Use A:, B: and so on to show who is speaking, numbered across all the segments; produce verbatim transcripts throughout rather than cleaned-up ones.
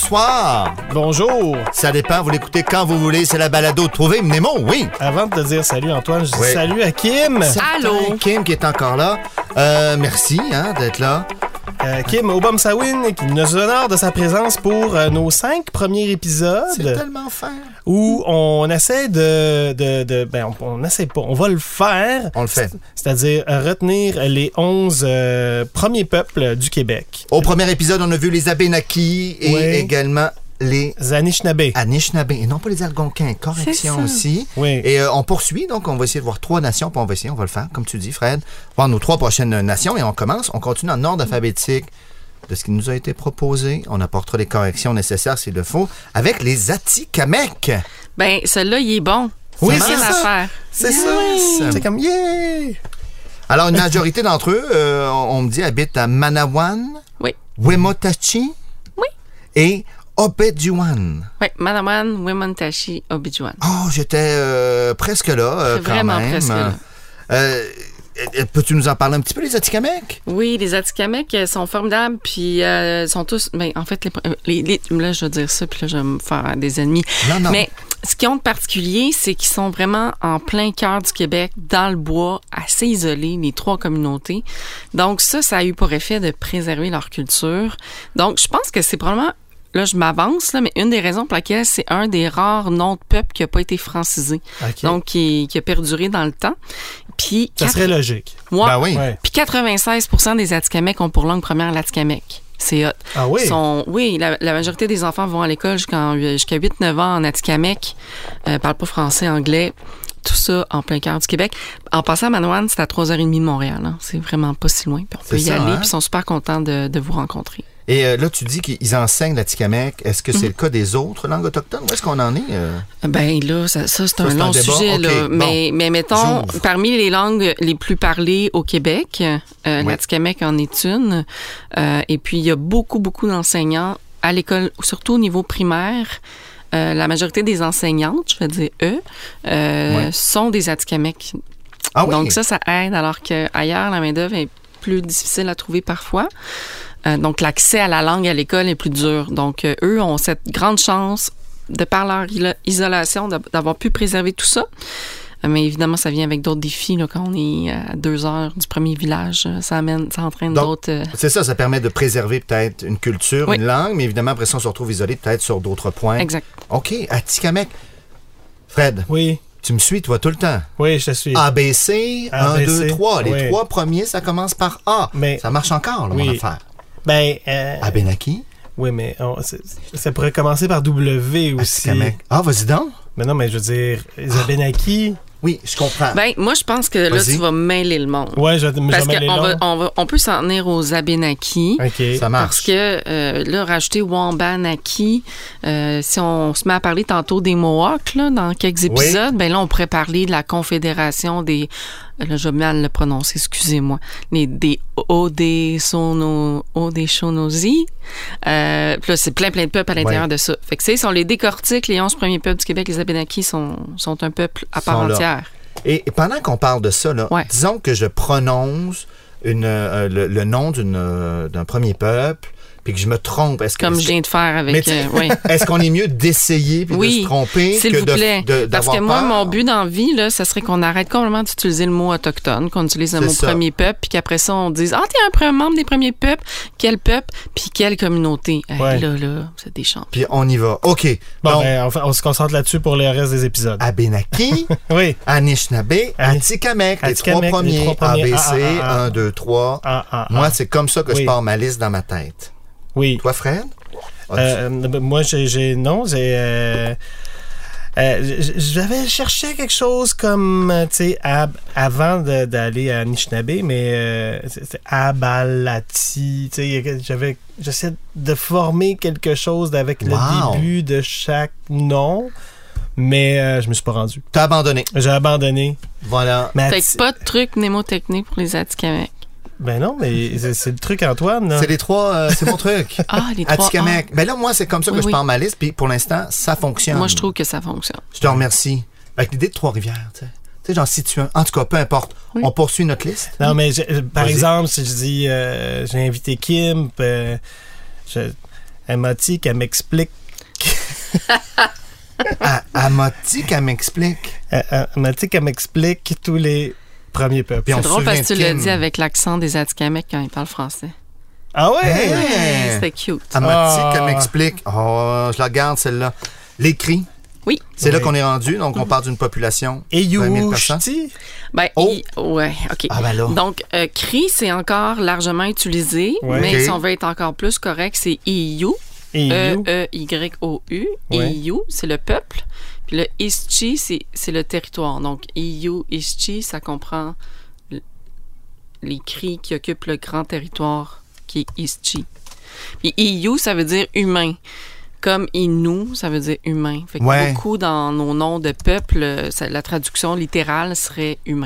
A: bonsoir.
B: Bonjour.
A: Ça dépend, vous l'écoutez quand vous voulez. C'est la balado de Trouver Nemo, oui.
B: Avant de te dire salut, Antoine, je dis
A: Oui.
B: salut à Kim.
C: Allô.
A: Kim qui est encore là. Euh, merci hein, d'être là.
B: Euh, Kim Obama-Sawin qui nous honore de sa présence pour euh, nos cinq premiers épisodes.
A: C'est tellement fin.
B: Où on essaie de... de, de ben, on, on n'essaie pas, on va le faire.
A: On le fait.
B: C'est-à-dire euh, retenir les onze euh, premiers peuples du Québec.
A: Au premier épisode, on a vu les Abénakis et
B: Oui.
A: également les
B: Anishinaabe.
A: Anishinaabe. Et non pas les Algonquins. Correction
C: C'est ça.
A: aussi.
B: Oui.
A: Et euh, on poursuit, donc on va essayer de voir trois nations, puis on va essayer, on va le faire, comme tu dis, Fred, voir nos trois prochaines nations, et on commence, on continue en ordre alphabétique de ce qui nous a été proposé. On apportera les corrections nécessaires s'il le faut, avec les Atikamekw.
C: Ben, celui-là, il est bon.
A: Oui,
C: C'est
A: c'est
C: rien
A: ça.
C: à faire.
A: C'est
B: Oui.
A: ça.
B: C'est comme, yeah!
A: Alors, une majorité d'entre eux, euh, on on me dit, habitent à Manawan,
C: Oui.
A: Wemotachi
C: Oui.
A: et Obedjuan.
C: Oui, Manawan, Wemontachi, Obidjuan.
A: Oh, j'étais euh, presque là, euh,
C: C'est
A: quand
C: vraiment
A: même.
C: presque là.
A: Euh, euh, peux-tu nous en parler un petit peu, les Atikamekw?
C: Oui, les Atikamekw euh, sont formidables, puis euh, sont tous... Ben, en fait, les, les, les- là, je vais dire ça, puis là, je vais me faire des ennemis.
A: Non, non.
C: Mais ce qu'ils ont de particulier, c'est qu'ils sont vraiment en plein cœur du Québec, dans le bois, assez isolés, les trois communautés. Donc ça, ça a eu pour effet de préserver leur culture. Donc, je pense que c'est probablement... Là, je m'avance, là, mais une des raisons pour laquelle c'est un des rares noms de peuple qui n'a pas été francisé.
B: OK.
C: Donc, qui, qui a perduré dans le temps. Puis,
B: Ça serait logique.
C: Ouais.
A: Ben oui.
B: Ouais.
C: Puis quatre-vingt-seize pour cent des Atikamekw ont pour langue première l'Atikamekw. C'est hot.
B: Ah oui?
C: Sont, oui, la, la majorité des enfants vont à l'école jusqu'en, jusqu'à huit neuf ans en Atikamekw. Euh, parlent pas français, anglais. Tout ça en plein cœur du Québec. En passant à Manawan, c'est à trois heures trente de Montréal. Hein. C'est vraiment pas si loin. Puis on
A: C'est
C: peut y
A: ça,
C: aller.
A: hein?
C: Puis ils sont super contents de, de vous rencontrer.
A: Et euh, là, tu dis qu'ils enseignent l'Atikamekw. Est-ce que c'est le cas des autres langues autochtones? Où est-ce qu'on en est? euh?
C: Ben là, ça, ça c'est
A: Ça,
C: un
A: c'est un
C: long
A: débat.
C: sujet.
A: OK,
C: Là.
A: bon.
C: Mais, mais mettons,
A: J'ouvre.
C: parmi les langues les plus parlées au Québec, euh,
A: Oui.
C: l'Atikamekw en est une. Euh, et puis, il y a beaucoup, beaucoup d'enseignants à l'école, surtout au niveau primaire. Euh, la majorité des enseignantes, je vais dire eux, euh,
A: Oui.
C: sont des Atikamekw.
A: Ah oui?
C: Donc ça, ça aide, alors qu'ailleurs, la main-d'œuvre est plus difficile à trouver parfois. Euh, donc, l'accès à la langue à l'école est plus dur. Donc, euh, eux ont cette grande chance, de par leur ilo- isolation, de- d'avoir pu préserver tout ça. Euh, mais évidemment, ça vient avec d'autres défis. Là, quand on est à deux heures du premier village, euh, ça amène, ça entraîne
A: Donc,
C: d'autres... euh,
A: C'est ça, ça permet de préserver peut-être une culture,
C: Oui.
A: une langue, mais évidemment, après ça, on se retrouve isolé peut-être sur d'autres points.
C: Exact.
A: OK, Atikamekw. Fred,
B: Oui.
A: tu me suis, toi, tout le temps.
B: Oui, je te suis.
A: A B C,
B: A
A: un,
B: B C,
A: deux, trois. Les
B: oui.
A: trois premiers, ça commence par A.
B: Mais-
A: Ça marche encore, là,
B: Oui.
A: mon affaire.
B: Ben, euh,
A: Abénaki,
B: oui, mais on- c'est- ça pourrait commencer par W aussi.
A: Atikamekw. Ah, vas-y donc.
B: Mais non, mais je veux dire, les Abenaki.
A: Oui, je comprends.
C: Ben, moi, je pense que là,
A: Vas-y.
C: tu vas mêler le monde.
B: Ouais, je vais
C: Parce
B: jamais les
C: qu'on va,
B: longs.
C: on va, on peut s'en tenir aux Abénakis.
B: OK.
A: Ça marche.
C: Parce que euh, là, rajouter Wambanaki, euh, si on se met à parler tantôt des Mohawks, là, dans quelques épisodes, ben là, on pourrait parler de la Confédération des... Là, je vais mal le prononcer, excusez-moi. Les, des Haudésono- Haudéchonosi. Euh, puis là, c'est plein, plein de peuples à l'intérieur
A: Ouais.
C: de ça. Fait que, tu sais, si on les décortique, les onze premiers peuples du Québec, les Abénakis sont, sont un peuple à part
A: Sont là.
C: entière.
A: Et, et pendant qu'on parle de ça, là,
C: Ouais.
A: disons que je prononce une, euh, le, le nom d'une, euh, d'un premier peuple, puis que je me trompe. Est-ce que,
C: Comme
A: est-ce
C: je
A: que-
C: viens de faire
A: Mais
C: avec...
A: tu sais,
C: euh, oui.
A: est-ce qu'on est mieux d'essayer puis de
C: Oui,
A: se tromper
C: s'il
A: que
C: vous
A: de,
C: plaît.
A: de-
C: Parce
A: d'avoir
C: que moi,
A: peur?
C: mon but dans la vie, là, ça serait qu'on arrête complètement d'utiliser le mot autochtone, qu'on utilise le
A: C'est
C: mot
A: ça.
C: premier peuple, puis qu'après ça, on dise « Ah, t'es un premier membre des premiers peuples. Quel peuple? Puis quelle communauté? Hey,
B: Ouais.
C: là, là, c'est des champions.
A: Puis on y va. OK.
B: Bon,
A: Donc,
B: ben, on, fait- on se concentre là-dessus pour le reste des épisodes.
A: Abénaki,
B: Oui.
A: Anishinaabe,
B: Ani-
A: Atikamekw, les trois
B: Atikamekw, les
A: premiers.
B: trois premiers.
A: A B C,
B: Ah, ah, ah.
A: un, deux, trois.
B: Ah, ah,
A: Moi,
B: ah.
A: c'est comme ça que je
B: Oui.
A: pars ma liste dans ma tête.
B: Oui.
A: Toi, Fred? As-tu-
B: Euh, moi, j'ai, j'ai- non, j'ai, euh, euh, j- j'avais cherché quelque chose comme, euh, tu sais, ab- avant de- d'aller à Anishinaabe, mais euh, c'est- c'est Abalati, tu sais, il y a- j'avais, j'essaie de former quelque chose avec
A: Wow.
B: le début de chaque nom, mais euh, je me suis pas rendu.
A: T'as abandonné.
B: J'ai abandonné.
A: Voilà.
B: Mais
C: Fait
B: Ati-
C: que pas de truc mnémotechnique pour les Atikamekw.
B: ben non, mais c'est, c'est le truc, Antoine. Là.
A: C'est les trois, euh, c'est mon truc.
C: Ah, les trois
A: Atikamekw. Ben là, moi, c'est comme ça que
C: Oui,
A: je
C: oui.
A: pars ma liste, puis pour l'instant, ça
C: A.
A: fonctionne.
C: Moi, je trouve que ça fonctionne.
A: Je te remercie. Avec l'idée de Trois-Rivières, tu sais. Tu sais, j'en situe un. En tout cas, peu importe.
C: Oui.
A: On poursuit notre liste.
B: Non, mais je- par
A: Vas-y.
B: exemple, si je dis euh, j'ai invité Kim, euh, je- Elle m'a dit qu'elle m'explique.
A: Elle, elle m'a dit qu'elle m'explique.
B: Elle, elle m'a dit qu'elle m'explique tous les premiers peuples.
A: Puis on
C: C'est
A: se
C: drôle parce
A: souvient
C: que tu
A: de
C: l'as
A: Kim.
C: dit avec l'accent des Atikamekw quand ils parlent français.
B: Ah ouais?
A: Hey!
C: Ouais, c'était cute.
A: Elle m'a dit
B: Ah.
A: qu'elle m'explique. Oh, je la garde, celle-là. Les cris.
C: Oui.
A: C'est là
B: Oui.
A: qu'on est rendu. Donc, on part d'une population
B: Et
A: de vingt mille personnes.
B: Youchti?
C: Ben,
A: Oh.
C: il- ouais, OK.
A: Ah, ben là.
C: Donc, euh, cri, c'est encore largement utilisé,
B: Ouais.
C: mais
A: OK.
C: si on veut être encore plus correct, c'est I U.
B: Et
C: E
B: you?
C: E Y O U.
B: Ouais.
C: I U, c'est le peuple. Puis le Ischi, c'est, c'est le territoire. Donc, I U, Ischi, ça comprend l- les cris qui occupent le grand territoire qui est Ischi. Puis I U, ça veut dire humain. Comme Innu, ça veut dire humain. Fait que
A: Ouais.
C: beaucoup dans nos noms de peuple, euh, ça- la traduction littérale serait humain.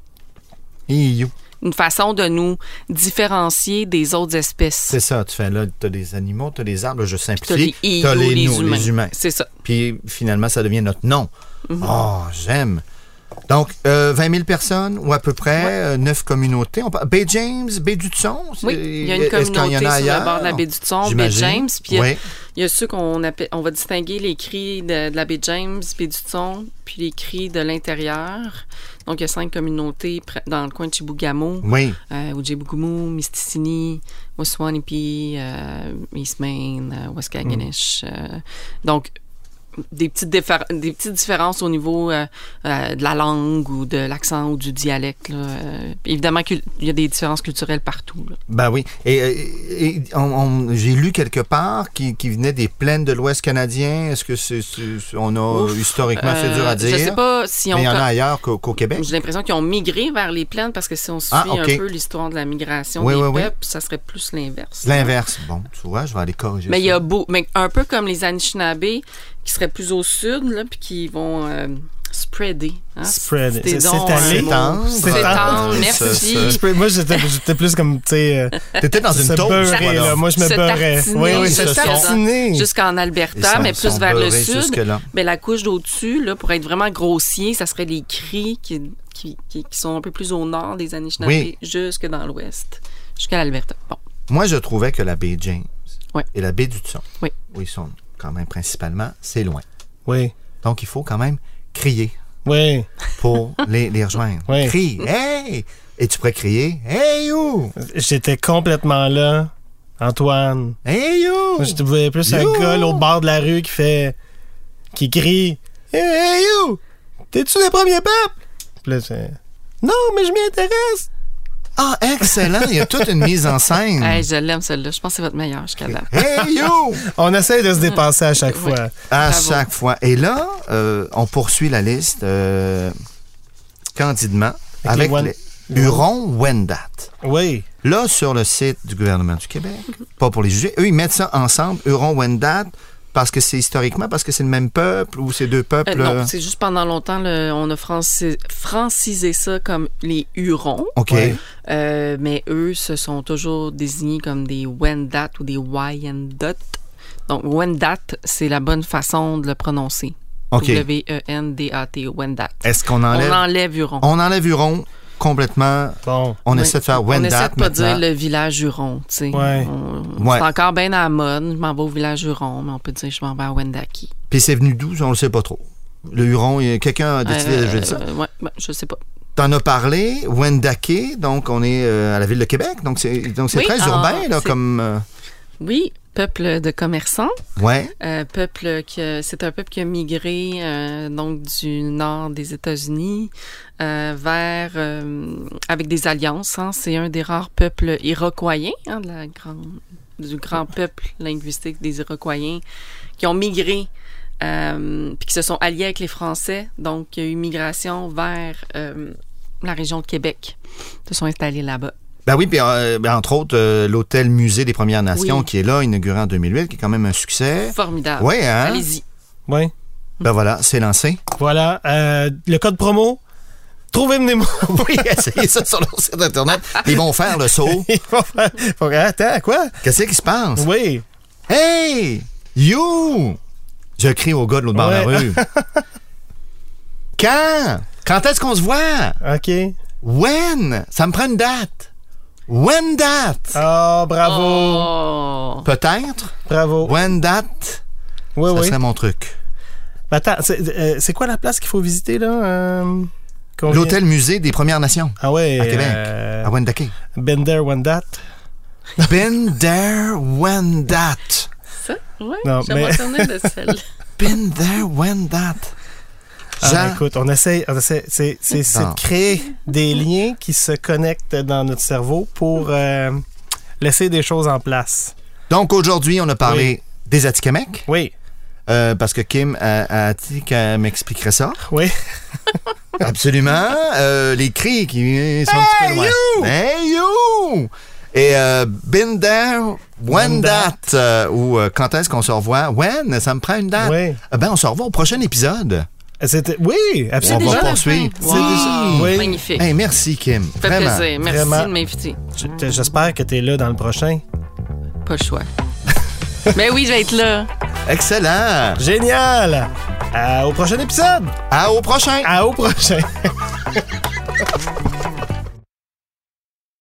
A: Iou.
C: Une façon de nous différencier des autres espèces.
A: C'est ça, tu fais là, tu as des animaux, tu as des arbres, je
C: T'as les
A: simplifie.
C: I U,
A: T'as les,
C: les
A: nous,
C: humains.
A: les humains.
C: C'est ça.
A: Puis finalement, ça devient notre nom.
C: Mhm.
A: Oh, j'aime. Donc, euh, vingt mille personnes ou à peu près, euh, neuf communautés. On parle- Baie James, Baie du Thon?
C: Oui, il y a une
A: Est-ce qu'il
C: communauté
A: y en a
C: sur le
A: ailleurs?
C: bord de la baie du Thon, baie
A: J'imagine.
C: James, puis il y a-
A: Oui.
C: il y a ceux qu'on appelle, on va distinguer les cris de, de la baie James, baie du Thon, puis les cris de l'intérieur. Donc, il y a cinq communautés pr- dans le coin de Chibougamau,
A: Oui.
C: euh, Ojibougamau, Mistissini, Waswanipi, euh, East Main, euh, Waskaganish. euh, donc, des petites, diffé- des petites différences au niveau euh, euh, de la langue ou de l'accent ou du dialecte. Là. Euh, évidemment qu'il y a des différences culturelles partout. Là.
A: Ben oui. Et, et- et on- on- j'ai lu quelque part qui, qui venait des plaines de l'Ouest canadien. Est-ce que c'est, c'est- on a
C: Ouf,
A: historiquement, c'est dur à
C: Euh,
A: dire?
C: Je sais pas si on...
A: Mais il y en a ailleurs qu'au, qu'au Québec.
C: J'ai l'impression qu'ils ont migré vers les plaines parce que si on suit
A: Ah, ok.
C: un peu l'histoire de la migration
A: Oui,
C: des
A: oui, oui.
C: peuples, ça serait plus l'inverse.
A: L'inverse. Bon, tu vois, je vais aller corriger
C: Mais
A: ça.
C: il y a beau, mais un peu comme les Anishinaabe qui seraient plus au sud, là, puis qui vont euh, spreader. Hein?
B: Spread.
C: C'était
B: C'est-
C: donc
B: c'est
C: un
B: allé.
C: mot.
A: S'étendre.
C: S'étendre,
A: Ça,
C: merci.
A: ça.
B: Spread- Moi, j'étais, j'étais plus comme, tu sais... euh,
A: T'étais dans une
B: se
A: toast,
B: beurrer,
A: voilà.
B: là. Moi, je me
C: Se
B: beurrais.
C: tartiner
B: Oui, oui,
A: se
B: se
A: sont-
B: tartiner.
C: Jusqu'en
A: Ils
C: Alberta,
A: sont-
C: mais plus
A: sont
C: vers le
A: beurrés
C: sud.
A: jusque-là.
C: Mais la couche d'au-dessus, là, pour être vraiment grossier, ça serait les cris qui, qui, qui, qui sont un peu plus au nord des Anishinaabe,
A: Oui.
C: jusque dans l'ouest, jusqu'à l'Alberta. Bon.
A: Moi, je trouvais que la baie James
C: Ouais.
A: et la baie du Thon,
C: Oui.
A: où ils sont quand même principalement, c'est loin.
B: Oui,
A: Donc, il faut quand même crier
B: oui.
A: pour les, les rejoindre.
B: Oui.
A: Crie, hey! Et tu pourrais crier, hey you!
B: J'étais complètement là. Antoine.
A: Hey you!
B: Moi, je te voyais plus un
A: You!
B: gars au bord de la rue qui fait... qui crie « Hey, hey, you! T'es-tu les premiers peuples? » Puis là, c'est... « Non, mais je m'y intéresse!
A: Ah, excellent! Il y a toute une mise en scène.
C: Hey, je l'aime celle-là. Je pense que c'est votre meilleur jusqu'à date.
A: Hey you! »
B: On essaie de se dépasser à chaque
C: Oui.
B: fois.
A: À
C: Bravo.
A: chaque fois. Et là, euh, on poursuit la liste euh, candidement avec,
B: Avec les Wen-
A: les Hurons-Wendat.
B: Oui.
A: Là, sur le site du gouvernement du Québec, pas pour les juger, eux, ils mettent ça ensemble, Huron-Wendat, parce que c'est historiquement, parce que c'est le même peuple ou c'est deux peuples.
C: Euh,
A: euh,
C: non, c'est juste pendant longtemps, le- on a franci- francisé ça comme les Hurons.
A: OK.
B: Ouais.
C: Euh, mais eux se sont toujours désignés comme des Wendat ou des Wyandot. Donc, Wendat, c'est la bonne façon de le prononcer.
A: OK.
C: W E N D A T, Wendat.
A: Est-ce qu'on
C: On
A: enlève...
C: enlève Huron.
A: On enlève Huron complètement.
B: Bon.
A: On
C: Oui.
A: essaie de faire
C: On
A: Wendat
C: essaie de pas
A: maintenant.
C: dire le village Huron, tu sais.
B: Ouais.
C: On-
A: Ouais.
C: C'est encore bien à la mode. Je m'en vais au village Huron, mais on peut dire je m'en vais à Wendake.
A: Puis c'est venu d'où? On le sait pas trop. Le Huron, il y a- quelqu'un a décidé de jouer de ça.
C: Euh, ouais, ben, je sais pas.
A: T'en as parlé, Wendake, donc on est euh, à la ville de Québec, donc c'est donc c'est
C: Oui,
A: très
C: ah,
A: urbain, là,
C: c'est-
A: comme... euh,
C: Oui, peuple de commerçants.
A: ouais,
C: Euh, peuple que c'est un peuple qui a migré euh, donc du nord des États-Unis euh, vers euh, avec des alliances. Hein. C'est un des rares peuples iroquoiens, hein, de la grande, du grand peuple linguistique des Iroquoiens qui ont migré euh, puis qui se sont alliés avec les Français. Donc il y a eu une migration vers euh, la région de Québec. Ils se sont installés là-bas.
A: ben oui, puis euh, ben, entre autres, euh, l'hôtel Musée des Premières Nations
C: Oui.
A: qui est là, inauguré en deux mille huit, qui est quand même un succès.
C: Formidable.
A: Oui, hein?
C: Allez-y.
B: Oui.
A: Ben voilà, c'est lancé.
B: Voilà. Euh, le code promo, trouvez Mnemo.
A: Oui, essayez ça sur leur site Internet. Ils vont faire le saut.
B: Il faut faire... faut- Attends, quoi?
A: Qu'est-ce qui se passe?
B: Oui.
A: Hey! You! Je crie au gars de l'autre bord de la
B: Ouais.
A: rue. Quand? Quand est-ce qu'on se voit?
B: OK.
A: When? Ça me prend une date. Wendat.
B: Oh, bravo.
C: Oh.
A: Peut-être.
B: Bravo.
A: Wendat.
B: Oui,
A: ça
B: oui.
A: serait mon truc.
B: Attends, c'est, euh, c'est quoi la place qu'il faut visiter, là? Euh, qu'on vient-
A: L'hôtel musée des Premières Nations
B: Ah ouais.
A: à Québec,
B: euh,
A: à Wendake.
B: Been there, one that.
A: Been there, Wendat.
C: Ça? Oui,
B: Non,
C: je
B: mais-
C: me souvenais de celle.
A: Been there, Wendat.
B: Ah,
A: Jean,
B: écoute, on essaie, on essaie c'est, c'est, c'est
A: Non.
B: de créer des liens qui se connectent dans notre cerveau pour euh, laisser des choses en place.
A: donc aujourd'hui, on a parlé des Atikamekw,
B: Oui,
A: euh, parce que Kim a, a dit qu'elle m'expliquerait ça.
B: oui.
A: Absolument. Euh, les cris qui sont un petit peu loin.
B: you!
A: Hey you! Et euh, Been there, when
B: When
A: that? Euh, ou euh, quand est-ce qu'on se revoit? When? Ça me prend une date.
B: Oui.
A: Euh, ben, on se revoit au prochain épisode.
B: C'était, oui,
A: On
B: absolument.
A: va
C: déjà la
A: poursuivre.
C: fin.
A: C'est
C: Wow.
A: déjà-
B: Oui.
C: Magnifique.
A: Hey, merci, Kim.
C: Ça fait
A: Vraiment.
C: plaisir. Merci
B: Vraiment.
C: de m'inviter.
B: Je- J'espère que tu es là dans le prochain.
C: Pas le choix. Mais oui, je vais être là.
A: Excellent.
B: Génial! À- au prochain épisode!
A: À au prochain.
B: À au prochain!